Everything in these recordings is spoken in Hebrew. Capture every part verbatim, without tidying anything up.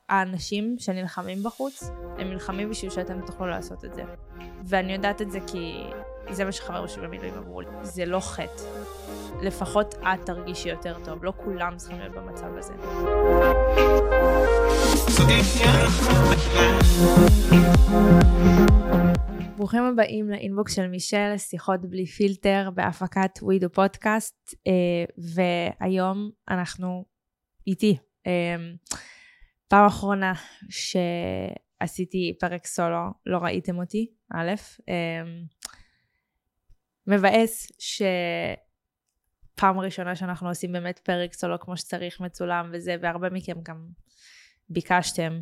האנשים שנלחמים בחוץ, הם נלחמים בשביל שאתם תוכלו לעשות את זה. ואני יודעת את זה כי זה מה שחברים שלי במילואים אמרו לי. זה לא חטא. לפחות את תרגישי יותר טוב. לא כולם צריכים להיות במצב הזה. ברוכים הבאים לאינבוקס של מישל, שיחות בלי פילטר, בהפקת ווידו פודקאסט, והיום אנחנו איתי. פעם אחרונה שעשיתי פרק סולו, לא ראיתם אותי, א', מבאס שפעם ראשונה שאנחנו עושים באמת פרק סולו כמו שצריך מצולם וזה, והרבה מכם גם ביקשתם,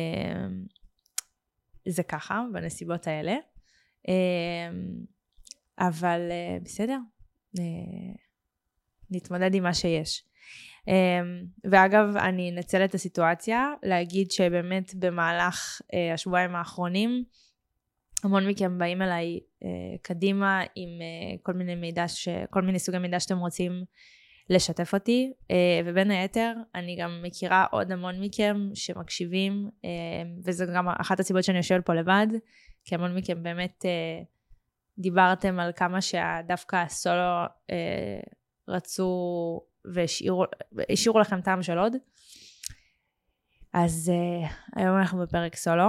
זה ככה, בנסיבות האלה. אבל בסדר, נתמודד עם מה שיש. ואגב, אני אנצל את הסיטואציה להגיד שבאמת במהלך השבועיים האחרונים, המון מכם באים אליי קדימה עם כל מיני מידע, כל מיני סוגי מידע שאתם רוצים לשתף אותי, ובין היתר אני גם מכירה עוד המון מכם שמקשיבים, וזו גם אחת הסיבות שאני יושבת פה לבד, כי המון מכם באמת דיברתם על כמה שדווקא הסולו רצו והשאירו לכם טעם של עוד. אז היום אנחנו בפרק סולו,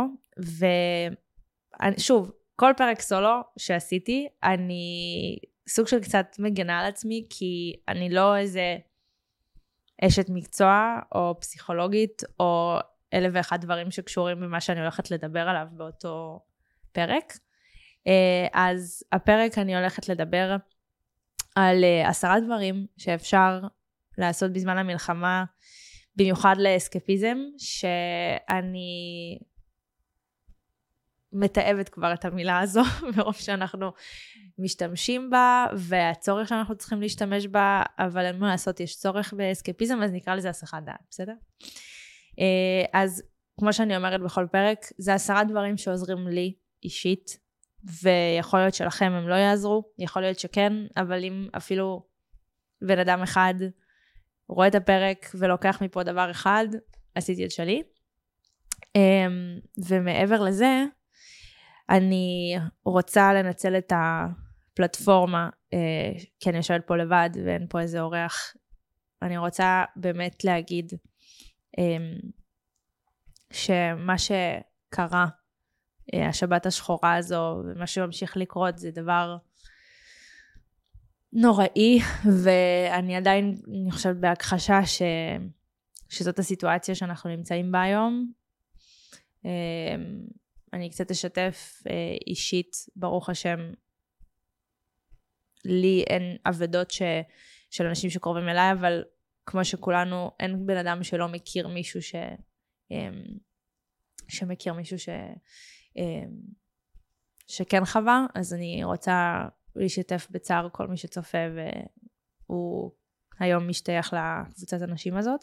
ושוב, כל פרק סולו שעשיתי, אני סוג של קצת מגנה על עצמי, כי אני לא איזה אשת מקצוע או פסיכולוגית, או אלף ואחד דברים שקשורים במה שאני הולכת לדבר עליו באותו פרק. אז הפרק אני הולכת לדבר על עשרה דברים שאפשר לעשות בזמן המלחמה, במיוחד לאסקפיזם, שאני מתאהבת כבר את המילה הזו, מרוב שאנחנו משתמשים בה, והצורך שאנחנו צריכים להשתמש בה, אבל אין מה לעשות, יש צורך באסקפיזם, אז נקרא לזה הסחת דעת, בסדר? אז כמו שאני אומרת בכל פרק, זה עשרה דברים שעוזרים לי אישית, ויכול להיות שלכם הם לא יעזרו, יכול להיות שכן, אבל אם אפילו בן אדם אחד רואה את הפרק ולוקח מפה דבר אחד, עשיתי את שלי. ומעבר לזה, אני רוצה לנצל את הפלטפורמה, כי אני יושבת פה לבד ואין פה איזה אורח, אני רוצה באמת להגיד שמה שקרה, השבת השחורה הזו, ומה שממשיך לקרות זה דבר נוראי, ואני עדיין, אני חושבת בהכחשה ש... שזאת הסיטואציה שאנחנו נמצאים בה היום. אני קצת אשתף אישית, ברוך השם, לי אין עבדות ש... של אנשים שקרובים אליי, אבל כמו שכולנו, אין בן אדם שלא מכיר מישהו ש... שמכיר מישהו ש... שכן חווה, אז אני רוצה להשתף בצער כל מי שצופה, והוא היום משתייך לקבוצת הנשים הזאת.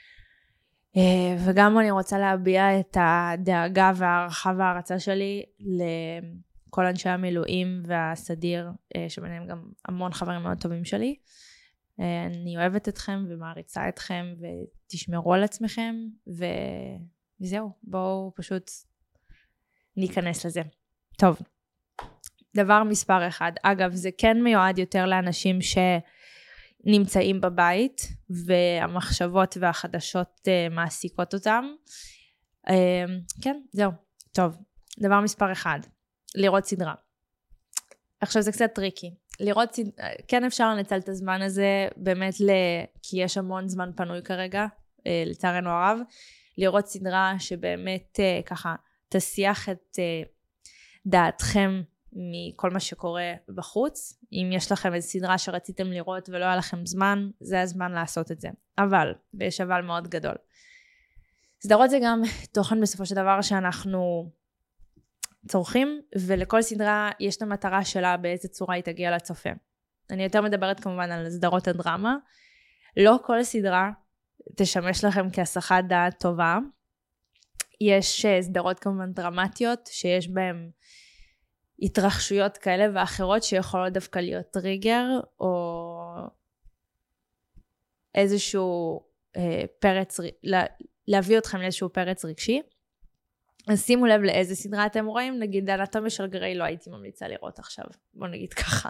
וגם אני רוצה להביע את הדאגה והערכה וההרצה שלי לכל אנשי המילואים והסדיר, שביניהם גם המון חברים מאוד טובים שלי. אני אוהבת אתכם ומעריצה אתכם, ותשמרו על עצמכם, וזהו, בואו פשוט ניכנס לזה. טוב, דבר מספר אחד, אגב, זה כן מיועד יותר לאנשים שנמצאים בבית, והמחשבות והחדשות מעסיקות אותם. כן, זהו, טוב. דבר מספר אחד, לראות סדרה. עכשיו זה קצת טריקי. לראות סדרה, כן אפשר לנצל את הזמן הזה, באמת, ל... כי יש המון זמן פנוי כרגע, לצערנו הרב, לראות סדרה שבאמת ככה, תסיח את uh, דעתכם מכל מה שקורה בחוץ. אם יש לכם איזו סדרה שרציתם לראות ולא היה לכם זמן, זה הזמן לעשות את זה. אבל, ויש אבל מאוד גדול. סדרות זה גם תוכן בסופו של דבר שאנחנו צורכים, ולכל סדרה יש את המטרה שלה באיזה צורה היא תגיע לצופה. אני יותר מדברת כמובן על סדרות הדרמה. לא כל סדרה תשמש לכם כהסחת דעת טובה. יש סדרות כמובן דרמטיות, שיש בהן התרחשויות כאלה ואחרות, שיכולות דווקא להיות טריגר, או איזשהו אה, פרץ להביא אתכם לאיזשהו פרץ רגשי. אז שימו לב לאיזה סדרה אתם רואים, נגיד אנטומיה של גריי לא הייתי ממליצה לראות עכשיו, בוא נגיד ככה.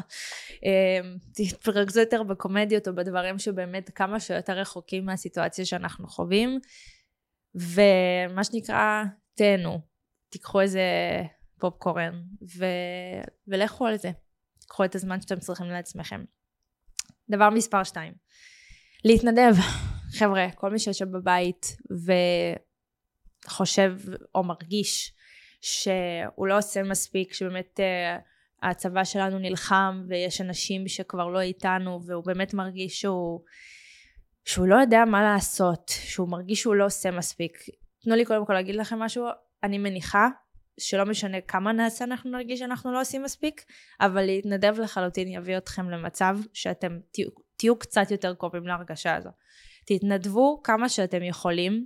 תתרכזו יותר בקומדיות או בדברים שבאמת כמה שיותר רחוקים מהסיטואציה שאנחנו חווים, ומה שנקרא, תהנו, תיקחו איזה פופקורן, ו... ולכו על זה, תיקחו את הזמן שאתם צריכים לעצמכם. דבר מספר שתיים, להתנדב. חבר'ה, כל מי שיושב בבית וחושב או מרגיש שהוא לא עושה מספיק, שבאמת uh, הצבא שלנו נלחם ויש אנשים שכבר לא איתנו, והוא באמת מרגיש שהוא, שהוא לא יודע מה לעשות, שהוא מרגיש שהוא לא עושה מספיק. תנו לי קודם כל להגיד לכם משהו, אני מניחה שלא משנה כמה נעשה אנחנו נרגיש שאנחנו לא עושים מספיק, אבל להתנדב לחלוטין יביא אתכם למצב שאתם תהיו, תהיו קצת יותר קרובים להרגשה הזו. תתנדבו כמה שאתם יכולים,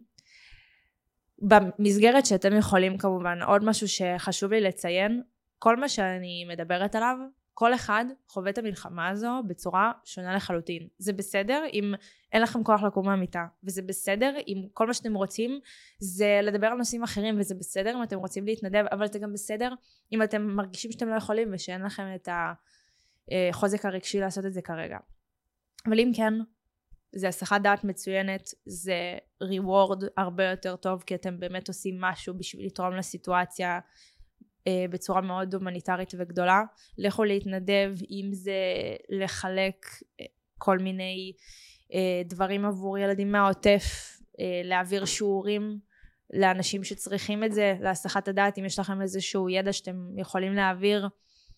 במסגרת שאתם יכולים כמובן. עוד משהו שחשוב לי לציין, כל מה שאני מדברת עליו, כל אחד חווה את המלחמה הזו בצורה שונה לחלוטין. זה בסדר אם אין לכם כוח לקום מהמיטה, וזה בסדר אם כל מה שאתם רוצים זה לדבר על נושאים אחרים, וזה בסדר אם אתם רוצים להתנדב, אבל זה גם בסדר אם אתם מרגישים שאתם לא יכולים ושאין לכם את החוזק הרגשי לעשות את זה כרגע. אבל אם כן, זה הסחת דעת מצוינת, זה ריוורד הרבה יותר טוב, כי אתם באמת עושים משהו בשביל לתרום לסיטואציה אה, בצורה מאוד הומניטרית וגדולה. לכו להתנדב, אם זה לחלק אה, כל מיני אה, דברים עבור ילדים מהעוטף, אה, להעביר שיעורים לאנשים שצריכים את זה, להסחת הדעת, אם יש לכם איזשהו ידע שאתם יכולים להעביר,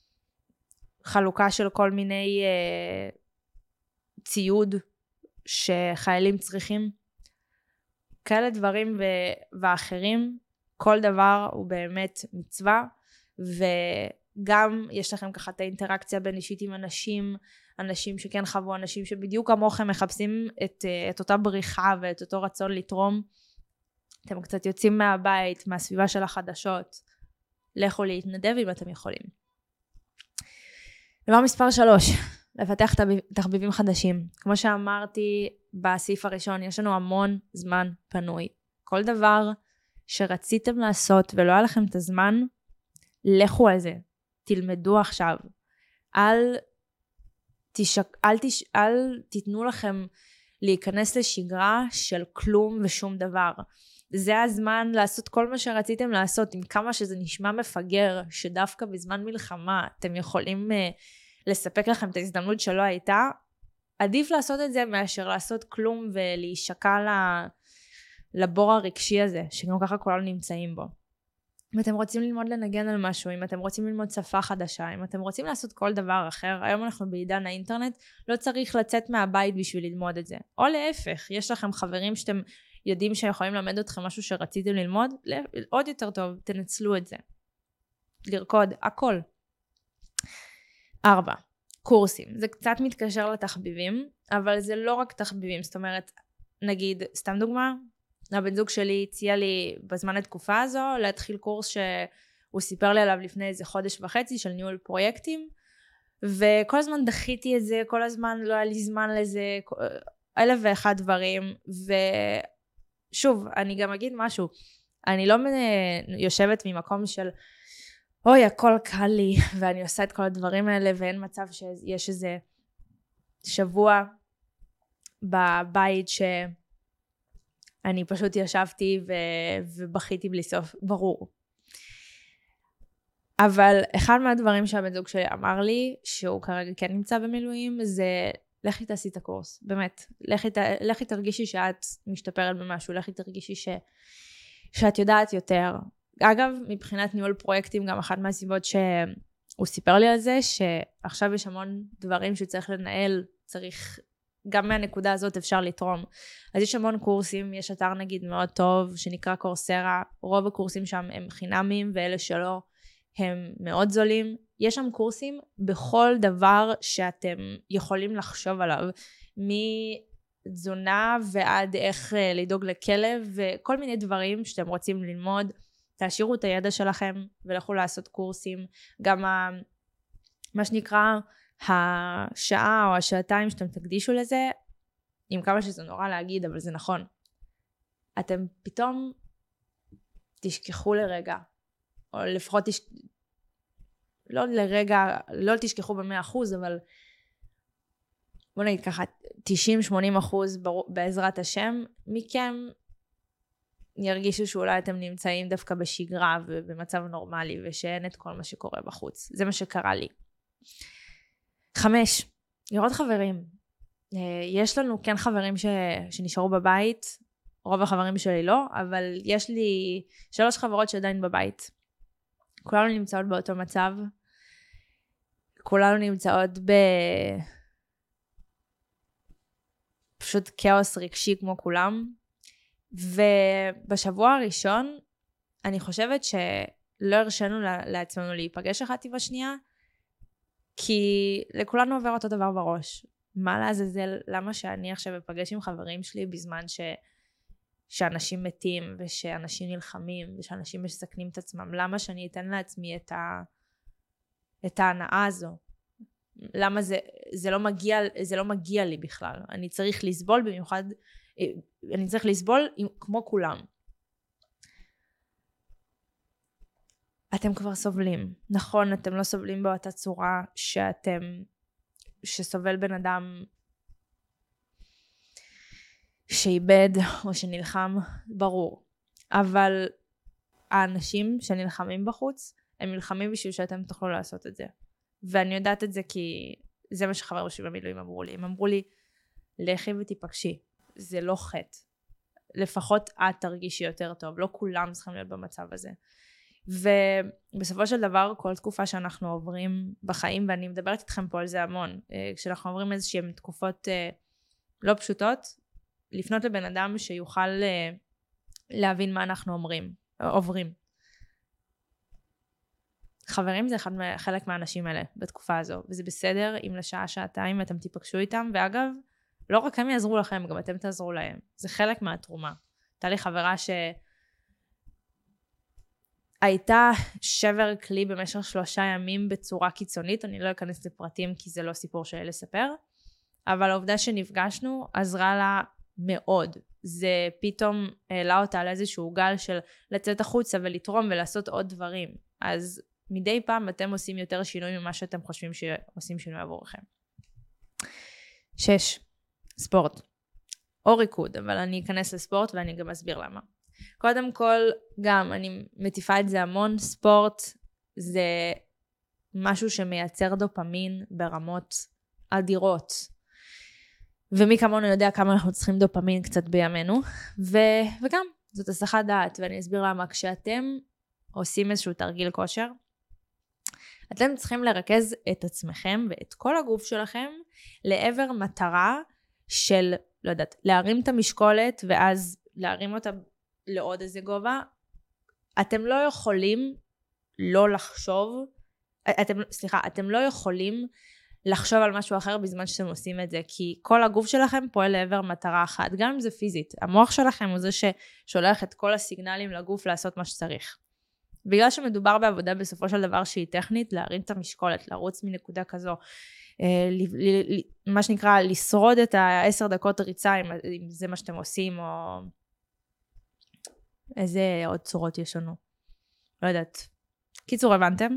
חלוקה של כל מיני אה, ציוד, שחיילים צריכים, כאלה דברים ו- ואחרים, כל דבר הוא באמת מצווה, וגם יש לכם ככה את האינטראקציה בין אישית עם אנשים, אנשים שכן חוו, אנשים שבדיוק כמוכם מחפשים את, את אותה בריחה ואת אותו רצון לתרום. אתם קצת יוצאים מהבית, מהסביבה של החדשות, לכו להתנדב אם אתם יכולים. דבר מספר שלוש, לפתח תחביבים חדשים. כמו שאמרתי בסעיף הראשון, יש לנו המון זמן פנוי. כל דבר שרציתם לעשות ולא היה לכם את הזמן, לכו על זה. תלמדו עכשיו. אל, תשק... אל, תש... אל תתנו לכם להיכנס לשגרה של כלום ושום דבר. זה הזמן לעשות כל מה שרציתם לעשות, עם כמה שזה נשמע מפגר, שדווקא בזמן מלחמה אתם יכולים... לספק לכם את ההזדמנות שלא הייתה, עדיף לעשות את זה מאשר לעשות כלום ולהישקע לבור הרגשי הזה, שגם ככה כולנו נמצאים בו. אם אתם רוצים ללמוד לנגן על משהו, אם אתם רוצים ללמוד שפה חדשה, אם אתם רוצים לעשות כל דבר אחר, היום אנחנו בעידן האינטרנט, לא צריך לצאת מהבית בשביל ללמוד את זה. או להפך, יש לכם חברים שאתם יודעים שיכולים ללמד אתכם משהו שרציתם ללמוד, עוד יותר טוב, תנצלו את זה. לרקוד, הכל. ארבע, קורסים. זה קצת מתקשר לתחביבים, אבל זה לא רק תחביבים. זאת אומרת, נגיד, סתם דוגמה, הבן זוג שלי הציע לי בזמן התקופה הזו להתחיל קורס שהוא סיפר לי עליו לפני איזה חודש וחצי של ניהול פרויקטים, וכל הזמן דחיתי את זה, כל הזמן לא היה לי זמן לזה, אלף ואחד דברים, ושוב, אני גם אגיד משהו, אני לא יושבת ממקום של אוי, הכל קל לי, ואני עושה את כל הדברים האלה, ואין מצב שיש איזה שבוע בבית שאני פשוט ישבתי ו- ובכיתי בלי סוף, ברור. אבל אחד מהדברים שהבן זוג שלי אמר לי, שהוא כרגע כן נמצא במילואים, זה לכי תעשי את הקורס, באמת. לכי, לכי תרגישי שאת משתפרת במשהו, לכי תרגישי ש- שאת יודעת יותר. אגב, מבחינת ניהול פרויקטים, גם אחת מהסיבות שהוא סיפר לי על זה, שעכשיו יש המון דברים שצריך לנהל, צריך, גם מהנקודה הזאת אפשר לתרום. אז יש המון קורסים, יש אתר נגיד מאוד טוב, שנקרא קורסרה, רוב הקורסים שם הם חינמים, ואלה שלא הם מאוד זולים. יש שם קורסים בכל דבר שאתם יכולים לחשוב עליו, מתזונה ועד איך לדאוג לכלב, וכל מיני דברים שאתם רוצים ללמוד, תשאירו את הידע שלכם ולכו לעשות קורסים. גם ה, מה שנקרא השעה או השעתיים שאתם תקדישו לזה, עם כמה שזה נורא להגיד, אבל זה נכון. אתם פתאום תשכחו לרגע, או לפחות תש... לא לרגע, לא תשכחו במאה אחוז, אבל בוא נגיד ככה, תשעים שמונים אחוז בעזרת השם, מכם ירגישו שאולי אתם נמצאים דווקא בשגרה ובמצב נורמלי, ושאין את כל מה שקורה בחוץ. זה מה שקרה לי. חמש, לראות חברים. יש לנו כן חברים ש... שנשארו בבית, רוב החברים שלי לא, אבל יש לי שלוש חברות שעדיין בבית. כולנו נמצאות באותו מצב, כולנו נמצאות ב... פשוט כאוס רגשי כמו כולם, ובשבוע הראשון אני חושבת שלא הרשנו לעצמנו להיפגש אחת עם השנייה, כי לכולנו עובר אותו דבר בראש. מה לעזאזל, למה שאני עכשיו אפגש עם חברים שלי בזמן ש... שאנשים מתים ושאנשים נלחמים ושאנשים מסכנים את עצמם? למה שאני אתן לעצמי את, ה... את ההנאה הזו? למה זה, זה לא מגיע, זה לא מגיע לי בכלל. אני צריך לסבול במיוחד, אני צריך לסבול כמו כולם. אתם כבר סובלים. נכון, אתם לא סובלים באותה צורה שאתם, שסובל בן אדם שאיבד או שנלחם, ברור. אבל האנשים שנלחמים בחוץ, הם נלחמים בשביל שאתם תוכלו לעשות את זה. ואני יודעת את זה כי זה מה שחבר שלי במילואים אמרו לי. הם אמרו לי, לכי ותיפגשי. זה לא חטא. לפחות את תרגישי יותר טוב. לא כולם צריכים להיות במצב הזה. ובסופו של דבר, כל תקופה שאנחנו עוברים בחיים, ואני מדברת איתכם פה על זה המון, כשאנחנו עוברים איזושהי תקופות לא פשוטות, לפנות לבן אדם שיוכל להבין מה אנחנו אומרים, עוברים. חברים זה אחד, חלק מהאנשים האלה בתקופה הזו, וזה בסדר אם לשעה, שעתיים אתם תיפגשו איתם, ואגב, לא רק הם יעזרו לכם, גם אתם תעזרו להם. זה חלק מהתרומה. הייתה לי חברה שהייתה שבר כלי במשך שלושה ימים בצורה קיצונית, אני לא אכנס לפרטים כי זה לא סיפור שלי לספר, אבל העובדה שנפגשנו עזרה לה מאוד. זה פתאום העלה אותה על איזשהו גל של לצאת החוצה ולתרום ולעשות עוד דברים. אז מדי פעם אתם עושים יותר שינוי ממה שאתם חושבים שעושים שינוי עבורכם. שש, ספורט. או ריקוד, אבל אני אכנס לספורט ואני גם אסביר למה. קודם כל, גם אני מטיפה את זה המון, ספורט זה משהו שמייצר דופמין ברמות אדירות. ומי כמונו יודע כמה אנחנו צריכים דופמין קצת בימינו, ו- וגם זאת הסחת דעת, ואני אסביר למה. כשאתם עושים איזשהו תרגיל כושר, אתם צריכים לרכז את עצמכם ואת כל הגוף שלכם לעבר מטרה של, לא יודעת, להרים את המשקולת ואז להרים אותה לעוד איזה גובה. אתם לא יכולים לא לחשוב, אתם, סליחה, אתם לא יכולים לחשוב על משהו אחר בזמן שאתם עושים את זה, כי כל הגוף שלכם פועל לעבר מטרה אחת, גם אם זה פיזית. המוח שלכם הוא זה ששולח את כל הסיגנלים לגוף לעשות מה שצריך. בגלל שמדובר בעבודה בסופו של דבר שהיא טכנית, להרים את המשקולת, לרוץ מנקודה כזו, מה שנקרא לשרוד את העשר דקות ריצה, אם זה מה שאתם עושים, או איזה עוד צורות יש לנו. לא יודעת. קיצור, הבנתם?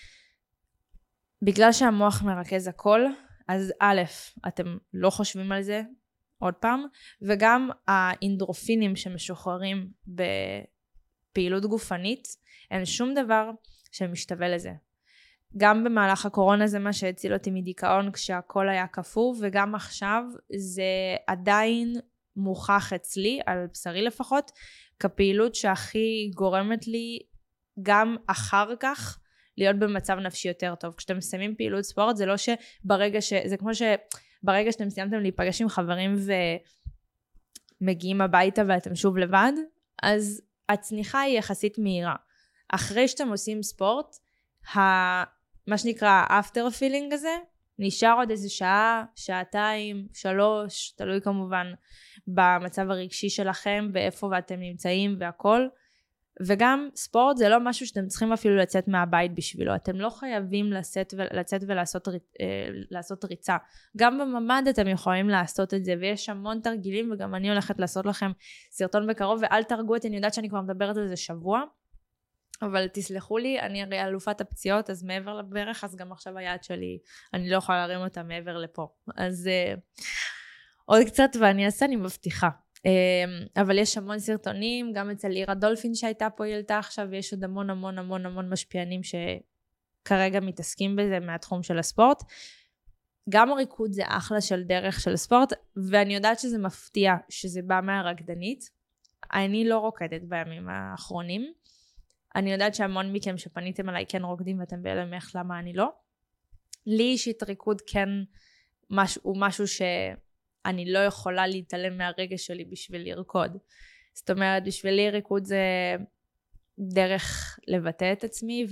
בגלל שהמוח מרכז הכל, אז א', אתם לא חושבים על זה עוד פעם, וגם האנדרופינים שמשוחררים בפעילות גופנית, אין שום דבר שמשתווה לזה. גם במהלך הקורונה זה מה שהציל אותי מדיכאון כשהכל היה כפוף, וגם עכשיו זה עדיין מוכח אצלי, על בשרי לפחות, כפעילות שהכי גורמת לי גם אחר כך להיות במצב נפשי יותר טוב. כשאתם מסיימים פעילות ספורט, זה לא שברגע ש... זה כמו שברגע שאתם סיימתם להיפגש עם חברים ומגיעים הביתה ואתם שוב לבד, אז הצניחה היא יחסית מהירה. אחרי שאתם עושים ספורט, ה... מה שנקרא after feeling הזה, נשאר עוד איזה שעה, שעתיים, שלוש, תלוי כמובן במצב הרגשי שלכם, ואיפה ואתם נמצאים והכל, וגם ספורט זה לא משהו שאתם צריכים אפילו לצאת מהבית בשבילו, אתם לא חייבים לצאת, לצאת ולעשות לעשות ריצה, גם בממד אתם יכולים לעשות את זה, ויש המון תרגילים, וגם אני הולכת לעשות לכם סרטון בקרוב, ואל תרגו אותי, אני יודעת שאני כבר מדברת על זה שבוע, אבל תסלחו לי, אני הרי אלופת הפציעות, אז מעבר לברך, אז גם עכשיו היד שלי, אני לא יכולה להרים אותה מעבר לפה, אז uh, עוד קצת ואני אעשה, אני מבטיחה. אבל יש המון סרטונים, גם אצל אירה דולפין שהייתה פה ילתה עכשיו, ויש עוד המון המון המון המון משפיענים שכרגע מתעסקים בזה מהתחום של הספורט. גם הריקוד זה אחלה של דרך של ספורט, ואני יודעת שזה מפתיע שזה בא מהרקדנית. אני לא רוקדת בימים האחרונים. אני יודעת שהמון מכם שפניתם עליי כן רוקדים ואתם בהלם איך למה אני לא. לי אישית ריקוד כן משהו, הוא משהו ש... אני לא יכולה להתעלם מהרגש שלי בשביל לרקוד. זאת אומרת, בשבילי ריקוד זה דרך לבטא את עצמי,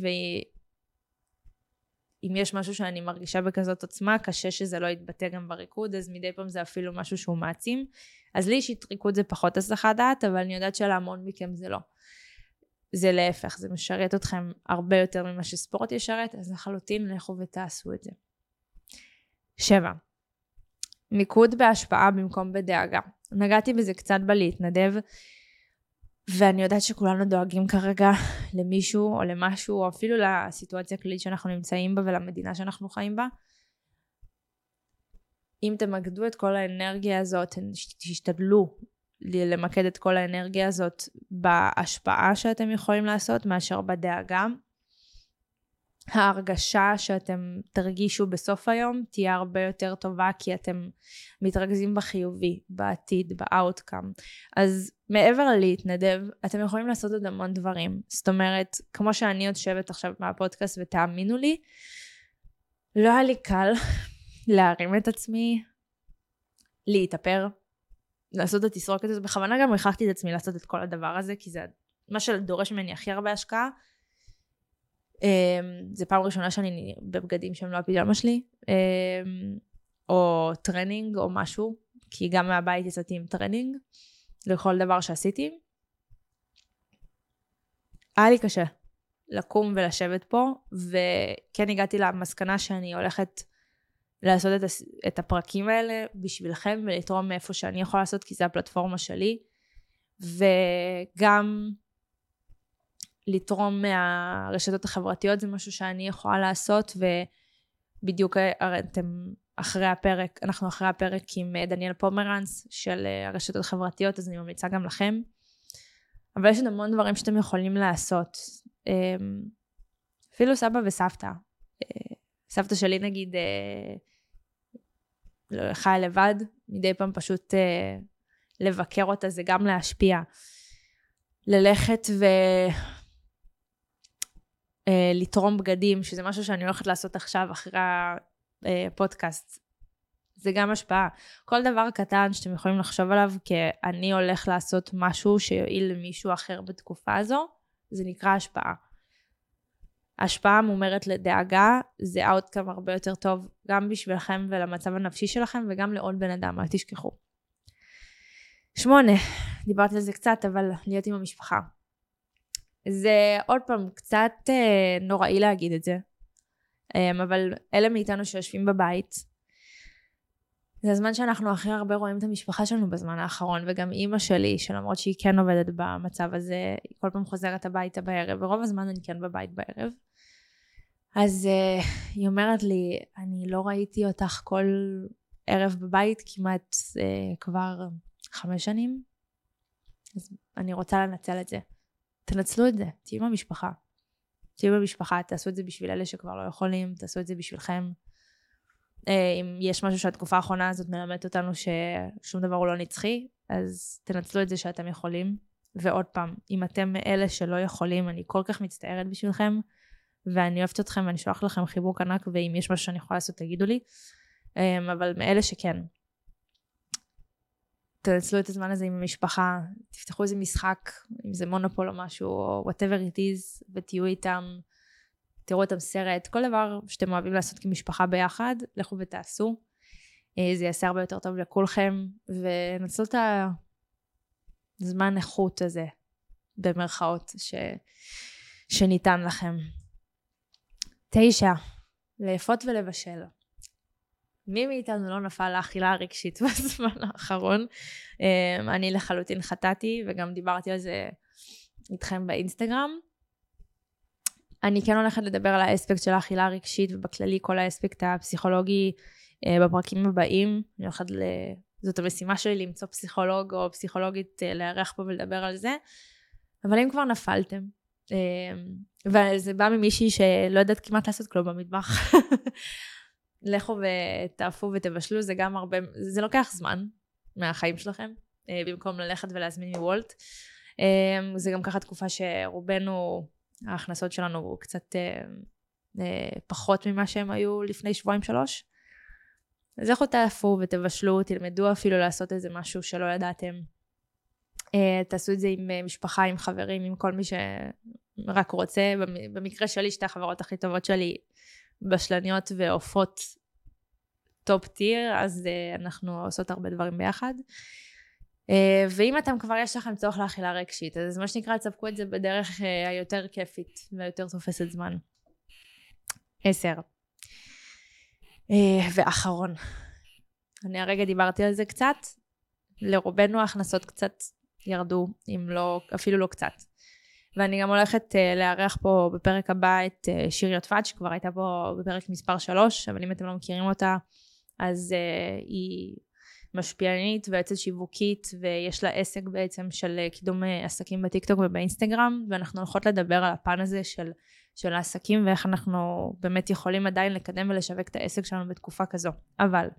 ואם יש משהו שאני מרגישה בכזאת עוצמה, קשה שזה לא יתבטא גם בריקוד, אז מדי פעם זה אפילו משהו שהוא מעצים. אז לי אישית ריקוד זה פחות הסחת דעת, אבל אני יודעת שלהמון מכם זה לא. זה להפך, זה משרת אתכם הרבה יותר ממה שספורט ישרת, אז לחלוטין לכו ותעשו את זה. שבע. מיקוד בהשפעה במקום בדאגה. נגעתי בזה קצת בלהתנדב, ואני יודעת שכולנו דואגים כרגע למישהו או למשהו, או אפילו לסיטואציה הכללית שאנחנו נמצאים בה ולמדינה שאנחנו חיים בה. אם תמקדו את כל האנרגיה הזאת, תשתדלו למקד את כל האנרגיה הזאת בהשפעה שאתם יכולים לעשות, מאשר בדאגה. ההרגשה שאתם תרגישו בסוף היום תהיה הרבה יותר טובה, כי אתם מתרכזים בחיובי, בעתיד, באוטקאם. אז מעבר להתנדב, אתם יכולים לעשות עוד המון דברים. זאת אומרת, כמו שאני עוד שבת עכשיו מהפודקאסט, ותאמינו לי, לא היה לי קל להרים את עצמי, להתאפר, לעשות את התסרוק הזה. בכוונה גם הכרחתי את עצמי לעשות את כל הדבר הזה, כי זה מה שדורש ממני הכי הרבה השקעה. זה פעם ראשונה שאני בבגדים שהם לא הפיג'מה שלי, או טרנינג או משהו, כי גם מהבית יצאתי עם טרנינג, לכל דבר שעשיתי. היה לי קשה לקום ולשבת פה, וכן הגעתי למסקנה שאני הולכת לעשות את, את הפרקים האלה בשבילכם, ולתרום מאיפה שאני יכולה לעשות, כי זה הפלטפורמה שלי, וגם לתרום מהרשתות החברתיות, זה משהו שאני יכולה לעשות, ובדיוק אתם אחרי הפרק, אנחנו אחרי הפרק עם דניאל פומרנס של הרשתות החברתיות, אז אני ממליצה גם לכם. אבל יש עוד המון דברים שאתם יכולים לעשות. אפילו סבא וסבתא. סבתא שלי נגיד, חיה לבד, מדי פעם פשוט לבקר אותה, זה גם להשפיע. ללכת ו... לתרום בגדים, שזה משהו שאני הולכת לעשות עכשיו אחרי הפודקאסט. זה גם השפעה. כל דבר קטן שאתם יכולים לחשוב עליו, כי אני הולך לעשות משהו שיועיל למישהו אחר בתקופה הזו, זה נקרא השפעה. השפעה מומרת לדאגה, זה outcome הרבה יותר טוב, גם בשבילכם ולמצב הנפשי שלכם, וגם לעוד בן אדם, אל תשכחו. שמונה, דיברתי על זה קצת, אבל להיות עם המשפחה. זה עוד פעם קצת אה, נוראי להגיד את זה, אה, אבל אלה מאיתנו שיושבים בבית, זה הזמן שאנחנו הכי הרבה רואים את המשפחה שלנו בזמן האחרון, וגם אימא שלי, שלמרות שהיא כן עובדת במצב הזה, היא כל פעם חוזרת הביתה בערב, ורוב הזמן אני כן בבית בערב, אז אה, היא אומרת לי, אני לא ראיתי אותך כל ערב בבית, כמעט אה, כבר חמש שנים, אז אני רוצה לנצל את זה. תנצלו את זה, תהיו במשפחה. תהיו במשפחה, תעשו את זה בשביל אלה שכבר לא יכולים, תעשו את זה בשבילכם. אם יש משהו שהתקופה האחרונה הזאת מלמדת אותנו ששום דבר הוא לא נצחי, אז תנצלו את זה שאתם יכולים. ועוד פעם, אם אתם אלה שלא יכולים, אני כל כך מצטערת בשבילכם, ואני אוהבת אתכם ואני שולח לכם חיבוק ענק, ואם יש משהו שאני יכולה לעשות, תגידו לי. אבל מאלה שכן. תנצלו את הזמן הזה עם המשפחה, תפתחו איזה משחק, אם זה מונופול או משהו, או whatever it is, ותהיו איתם, תראו אותם סרט, כל דבר שאתם אוהבים לעשות כמשפחה ביחד, לכו ותעשו. זה יעשה הרבה יותר טוב לכולכם, ונצלו את הזמן איכות הזה, במרכאות ש... שניתן לכם. תשע, לאפות ולבשל. מי מאיתנו לא נפל לאכילה הרגשית בזמן האחרון? אני לחלוטין חטאתי, וגם דיברתי על זה איתכם באינסטגרם. אני כן הולכת לדבר על האספקט של האכילה הרגשית, ובכללי כל האספקט הפסיכולוגי בפרקים הבאים. אני הולכת ל... זאת המשימה שלי למצוא פסיכולוג או פסיכולוגית לארח פה ולדבר על זה. אבל אם כבר נפלתם, וזה בא ממישהי שלא יודעת כמעט לעשות כלום במטבח, לכו ותאפו ותבשלו, זה גם הרבה, זה לוקח זמן מהחיים שלכם, במקום ללכת ולהזמין מוולט. זה גם ככה תקופה שרובנו, ההכנסות שלנו קצת פחות ממה שהם היו לפני שבועיים שלוש. אז לכו תאפו ותבשלו, תלמדו אפילו לעשות איזה משהו שלא ידעתם. תעשו את זה עם משפחה, עם חברים, עם כל מי שרק רוצה. במקרה שלי, שתי החברות הכי טובות שלי, בשלניות ועופות טופ טיר, אז אנחנו עושות הרבה דברים ביחד. ואם אתם כבר יש לכם צורך לאכילה רגשית, אז מה שנקרא, תספקו את זה בדרך היותר כיפית והיותר תופסת זמן. עשר. ואחרון. אני הרגע דיברתי על זה קצת. לרובנו ההכנסות קצת ירדו, אם לא, אפילו לא קצת. ואני גם הולכת uh, לארח פה בפרק הבא את uh, שיר יוטפת, שכבר הייתה פה בפרק מספר שלוש, אבל אם אתם לא מכירים אותה, אז uh, היא משפיענית ויועצת שיווקית, ויש לה עסק בעצם של uh, קידום uh, עסקים בטיקטוק ובאינסטגרם, ואנחנו הולכות לדבר על הפן הזה של, של העסקים, ואיך אנחנו באמת יכולים עדיין לקדם ולשווק את העסק שלנו בתקופה כזו. אבל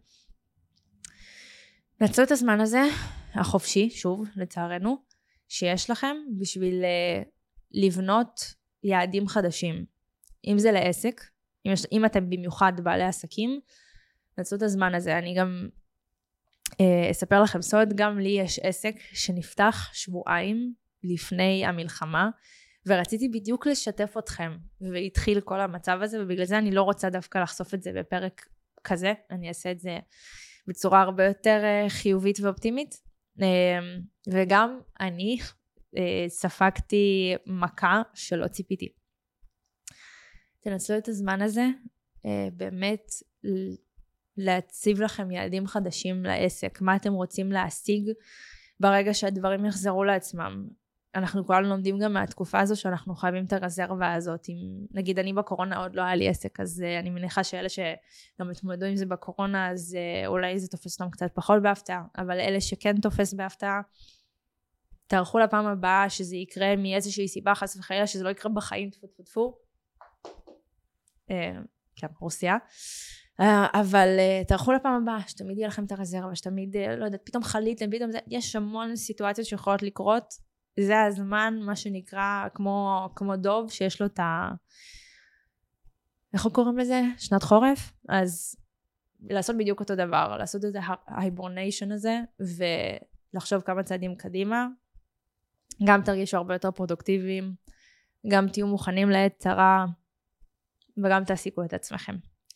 נצלו את הזמן הזה, החופשי, שוב, לצערנו, שיש לכם בשביל uh, לבנות יעדים חדשים. אם זה לעסק, אם, יש, אם אתם במיוחד בעלי עסקים, נצלו את הזמן הזה. אני גם uh, אספר לכם סוד, גם לי יש עסק שנפתח שבועיים לפני המלחמה, ורציתי בדיוק לשתף אתכם, והתחיל כל המצב הזה, ובגלל זה אני לא רוצה דווקא לחשוף את זה בפרק כזה, אני אעשה את זה בצורה הרבה יותר חיובית ואופטימית, וגם אני ספגתי מכה שלא ציפיתי. תנצלו את הזמן הזה, באמת להציב לכם יעדים חדשים לעסק, מה אתם רוצים להשיג ברגע שהדברים יחזרו לעצמם. אנחנו כולנו לומדים גם מהתקופה הזו שאנחנו חייבים את הרזרבה הזאת. אם, נגיד אני בקורונה עוד לא היה לי עסק, אז uh, אני מניחה שאלה שגם התמודדו עם זה בקורונה, אז uh, אולי זה תופס אותם קצת פחות בהפתעה, אבל אלה שכן תופס בהפתעה, תערכו לפעם הבאה שזה יקרה מאיזושהי סיבה חס וחלילה, שזה לא יקרה בחיים, תפו תפו תפו. Uh, כן, רוסיה. Uh, אבל uh, תערכו לפעם הבאה, שתמיד יהיה לכם את הרזרבה, שתמיד, uh, לא יודעת, פתאום חליתם, פתאום זה, יש המון סיטואציות שיכולות לקרות, זה הזמן, מה שנקרא, כמו, כמו דוב, שיש לו את ה... איך הוא קוראים לזה? שנת חורף? אז לעשות בדיוק אותו דבר, לעשות את ההיברניישן הזה, ולחשוב כמה צעדים קדימה. גם תרגישו הרבה יותר פרודוקטיביים, גם תהיו מוכנים לעת צרה, וגם תעסיקו את עצמכם.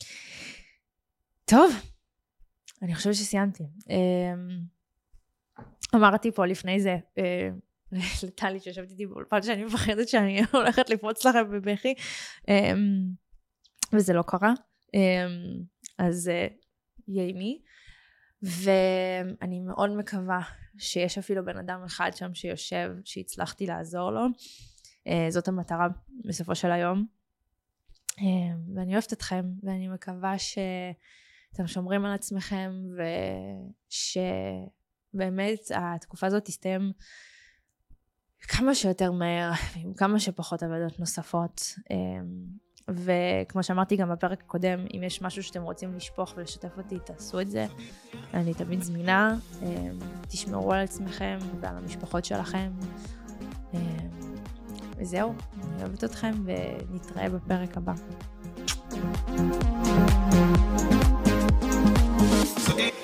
טוב, אני חושבת שסיימתי. אמרתי פה לפני זה, לטלי שיושבת איתי באולפן שאני מפחדת שאני הולכת לפרוץ לכם בבכי, וזה לא קרה, אז יאימי, ואני מאוד מקווה שיש אפילו בן אדם אחד שם שיושב, שהצלחתי לעזור לו, זאת המטרה בסופו של היום, ואני אוהבת אתכם, ואני מקווה שאתם שומרים על עצמכם, ושבאמת התקופה הזאת תסתיים כמה שיותר מהר, עם כמה שפחות עבודות נוספות, וכמו שאמרתי גם בפרק הקודם, אם יש משהו שאתם רוצים לשפוך ולשתף אותי, תעשו את זה, אני תמיד זמינה, תשמרו על עצמכם ועל המשפחות שלכם, וזהו, אני אוהבת אתכם ונתראה בפרק הבא.